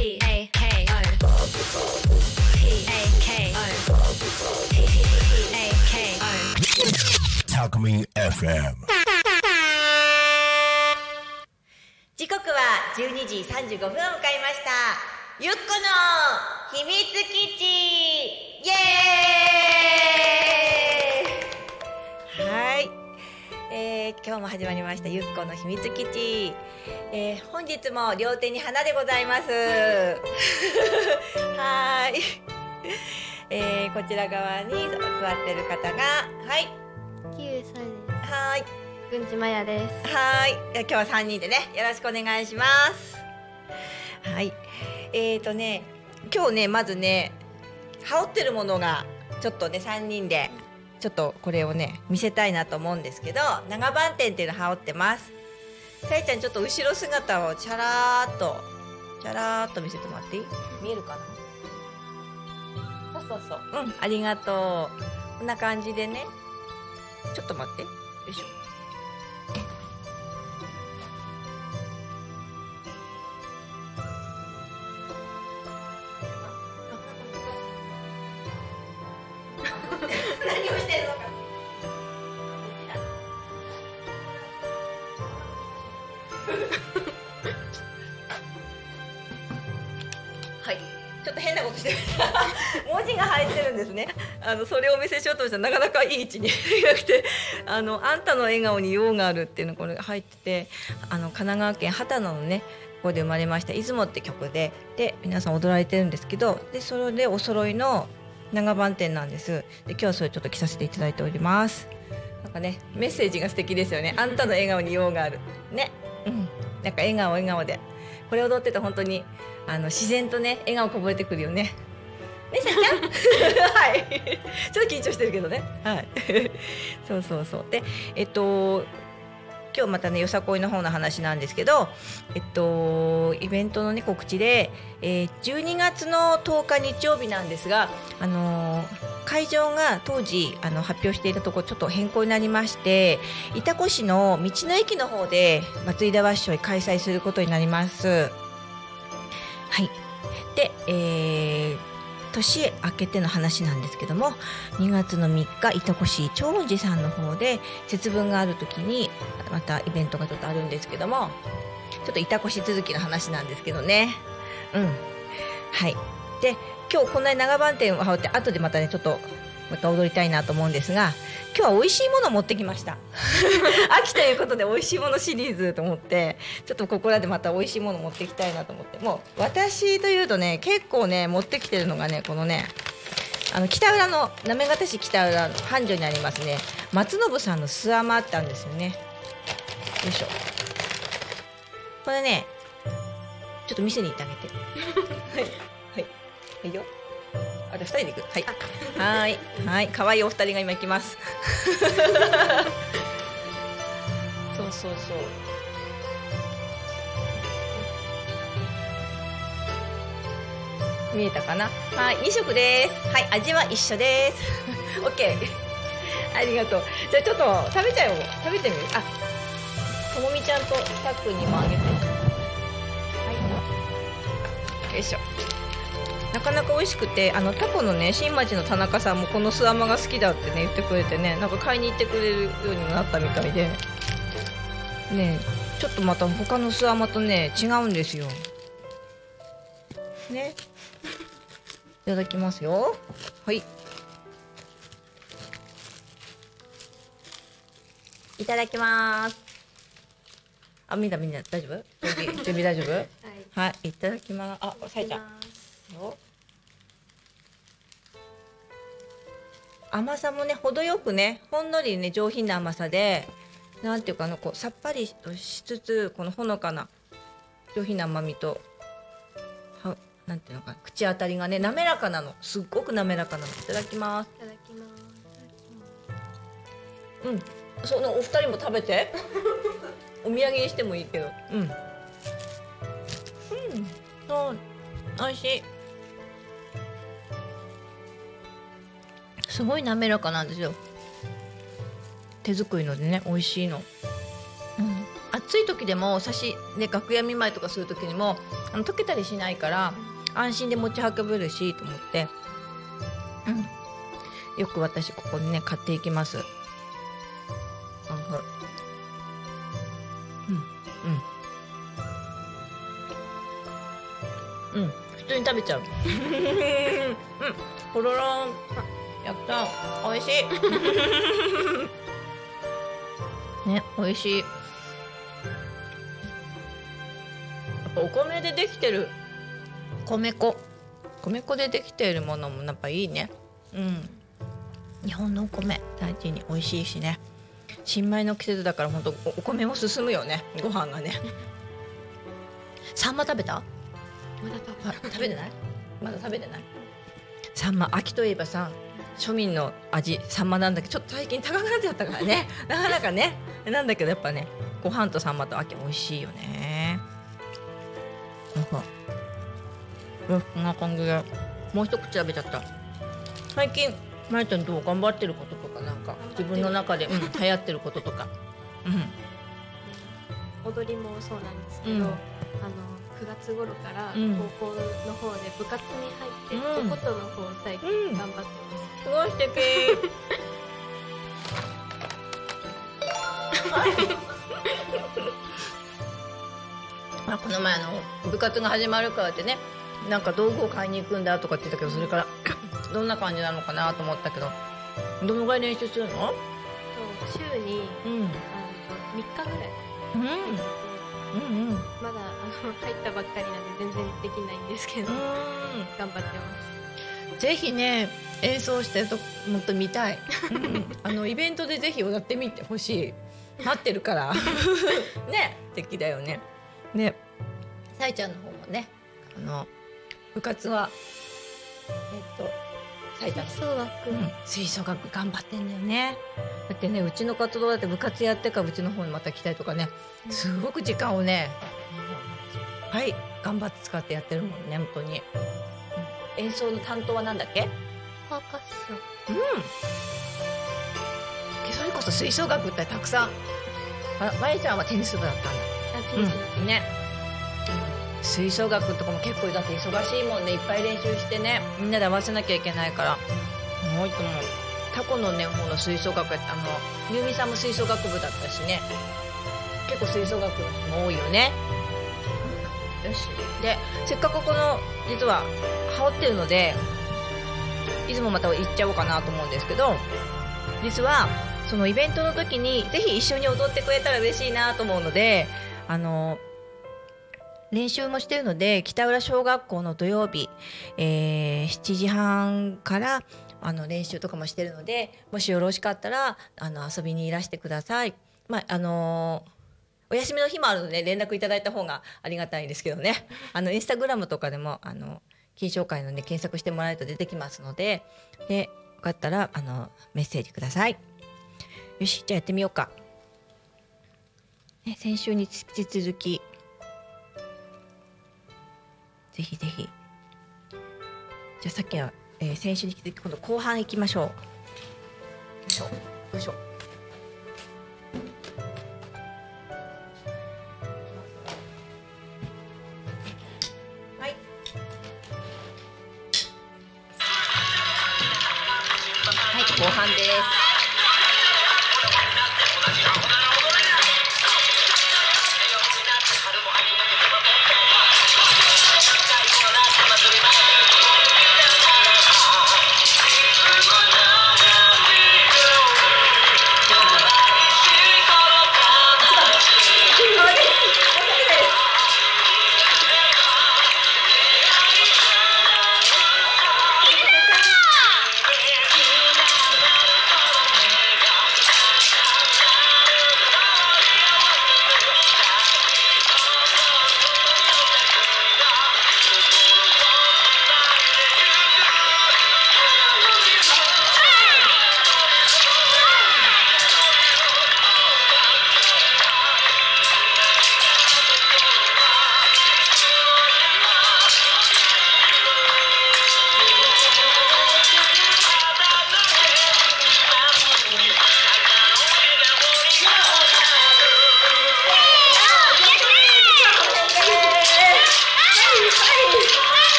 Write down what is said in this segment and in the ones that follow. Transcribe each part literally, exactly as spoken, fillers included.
P A K O P A K O P A K O タコミン エフエム。 時刻はじゅうにじさんじゅうごふんを迎えました。ゆっこの秘密基地イエーイ。はい、えー、今日も始まりましたゆっこの秘密基地、えー、本日も両手に花でございますはい、えー、こちら側に座ってる方がはいきゅうさいです。 はいぐんちまやです。 はい、今日はさんにんでね、よろしくお願いします。はい、えーとね、今日ね、まずね、羽織ってるものがちょっとね、さんにんでちょっとこれをね、見せたいなと思うんですけど、長番店っていうの羽織ってます。さえちゃん、ちょっと後ろ姿をチャラーっとチャラーっと見せてもらっていい？見えるかな？そうそうそう、うん、ありがとう。こんな感じでね、ちょっと待って、よいしょ。何をしてるのか。はい、ちょっと変なことしてる文字が入ってるんですね。あのそれをお見せしようとしたらなかなかいい位置になくて、あのあんたの笑顔に用があるっていうのこれが入ってて、あの神奈川県秦野のねここで生まれました出雲って曲でで皆さん踊られてるんですけど、でそれでお揃いの長番店なんです。で今日はそれちょっと着させていただいております。なんかねメッセージが素敵ですよね。あんたの笑顔に用があるね、うん、なんか笑顔笑顔でこれ踊ってて本当にあの自然とね笑顔こぼれてくるよね。ねさちゃんはいちょっと緊張してるけどね、はいそうそうそう。でえっと今日またねよさこいの方の話なんですけど、えっとイベントのね告知で、えー、じゅうにがつのとおか日曜日なんですが、あのー、会場が当時あの発表していたところちょっと変更になりまして、潮来市の道の駅の方で祭りだわっしょい開催することになります。はい。で、えー年明けての話なんですけども、にがつのみっか潮来市長寿さんの方で節分がある時にまたイベントがちょっとあるんですけども、ちょっと潮来市続きの話なんですけどね、うんはい。で今日こんなに長番店を羽織って後でまたねちょっとまた踊りたいなと思うんですが、今日は美味しいものを持ってきました秋ということで美味しいものシリーズと思って、ちょっとここらでまた美味しいもの持ってきたいなと思って、もう私というとね結構ね持ってきてるのがねこのねあの北浦の行方市北浦の繁盛にありますね松信さんの酢あまあったんですよね。よいしょ。これねちょっと店に行ってあげてはいはいいいよ。あ、じゃあふたりで行く。はい。はい。はい。可愛いお二人が今行きます。そうそうそう。見えたかな。はい。に食です。はい。味は一緒です。オッケー。ありがとう。じゃあちょっと食べちゃおう。食べてみる。あ、ともみちゃんとたっくんにもあげて。はい。よいしょ。なかなか美味しくて、あのタコのね新町の田中さんもこの酢あまが好きだってね言ってくれてね、なんか買いに行ってくれるようにもなったみたいでね、ちょっとまた他の酢あまとね違うんですよね。いただきますよ。はい、いただきます。あ、みんなみんな大丈夫？準備大丈夫？はい、はい、いただきます。あ、さえちゃん甘さもね程よくねほんのりね上品な甘さで、なんていうかなこうさっぱりしつつこのほのかな上品な甘みとはなんていうのか口当たりがね滑らかなの、すっごく滑らかなの。いただきます。 いただきます。 うん、そのお二人も食べてお土産にしてもいいけど、うんうん、そう美味しい。すごい滑らかなんですよ。手作りのでね美味しいの、うん、暑い時でも差し、ね、楽屋見舞いとかする時にもあの溶けたりしないから安心で持ち運べるしと思って、うん、よく私ここにね買っていきます。うんうんうん、普通に食べちゃう。うん、ほろろん、やった、美味しい。ね、美味しい。やっぱお米でできてる米粉、米粉でできているものもやっぱいいね。うん。日本のお米大事に美味しいしね。新米の季節だから本当お米も進むよね。ご飯がね。サンマ食べた？ まだ食べ食べてない？まだ食べてない？サンマ、秋といえばさ、庶民の味サンマなんだけど、ちょっと最近高くなっちゃったからね。なかなかね、なんだけどやっぱね、ご飯とサンマと秋美味しいよね。なんか、こんな感じでもう一口食べちゃった。最近まゆちゃんどう頑張ってることとか、なんか自分の中で、うん、流行ってることとか。 うん、踊りもそうなんですけど、うん、あのくがつ頃から高校の方で部活に入って、うん、お琴の方を最近頑張ってます。 すごい素敵。あ、この前あの部活が始まるからってね、なんか道具を買いに行くんだとかって言ったけど、それからどんな感じなのかなと思ったけど、どのぐらい練習するの？ そう、週に、うん、あのみっかぐらい、うんうんうん、まだあの入ったばっかりなんで全然できないんですけど、うん、頑張ってます。ぜひね、演奏してるともっと見たい。うん、あのイベントでぜひ踊ってみてほしい。待ってるから。ね、素敵だよね。ね、さいちゃんの方もね、あの部活はえっと吹奏楽、うん、吹奏楽頑張ってんだよね。だってね、うちの活動だって部活やってからうちの方にまた来たりとかね、すごく時間をね、はい頑張って使ってやってるもんね、本当に。うん、演奏の担当はなんだっけ？ パーカッション。 うん。それこそ吹奏楽ってたくさん。あ、まゆちゃんはテニス部だったんだ。 あ、テニス部、 うん、ね。吹奏楽とかも結構だって忙しいもんね。いっぱい練習してね、みんなで合わせなきゃいけないから。もう一個もタコのね方の吹奏楽って、あのゆうみさんも吹奏楽部だったしね、結構吹奏楽の人も多いよね。よし、でせっかくこの実は羽織ってるので、いつもまた行っちゃおうかなと思うんですけど、実はそのイベントの時にぜひ一緒に踊ってくれたら嬉しいなと思うので、あの練習もしてるので、北浦小学校の土曜日、えー、しちじはんからあの練習とかもしてるので、もしよろしかったらあの遊びにいらしてください。まああのー、お休みの日もあるので連絡いただいた方がありがたいんですけどね。あのインスタグラムとかでもあの金賞会のね検索してもらえると出てきますので、でよかったらあのメッセージください。よし、じゃあやってみようか。ね、先週に引き続きぜひぜひ。じゃあさっきは、えー、先週に引き続き今度後半行きましょう。よいしょよいしょ。はい。はい、後半です。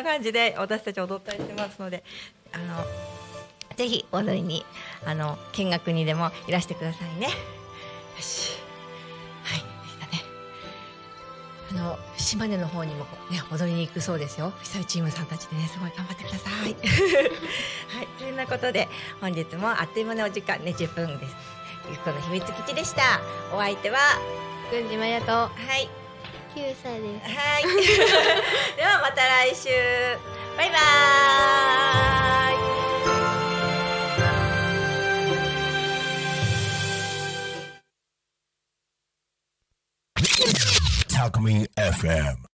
感じで私たち踊ったりしてますので、あのぜひ踊りにあの見学にでもいらしてくださいね。よし、はい、でしたね。あの島根の方にも、ね、踊りに行くそうですよ。久井チームさんたちでね、すごい頑張ってください。はい、そんなことで本日もあっという間のお時間ね、じゅっぷんです。ゆっこの秘密基地でした。お相手は郡司麻也と、 はい、 きゅうさいです。 はいではまた来週、バイバーイ。 タクミン エフエム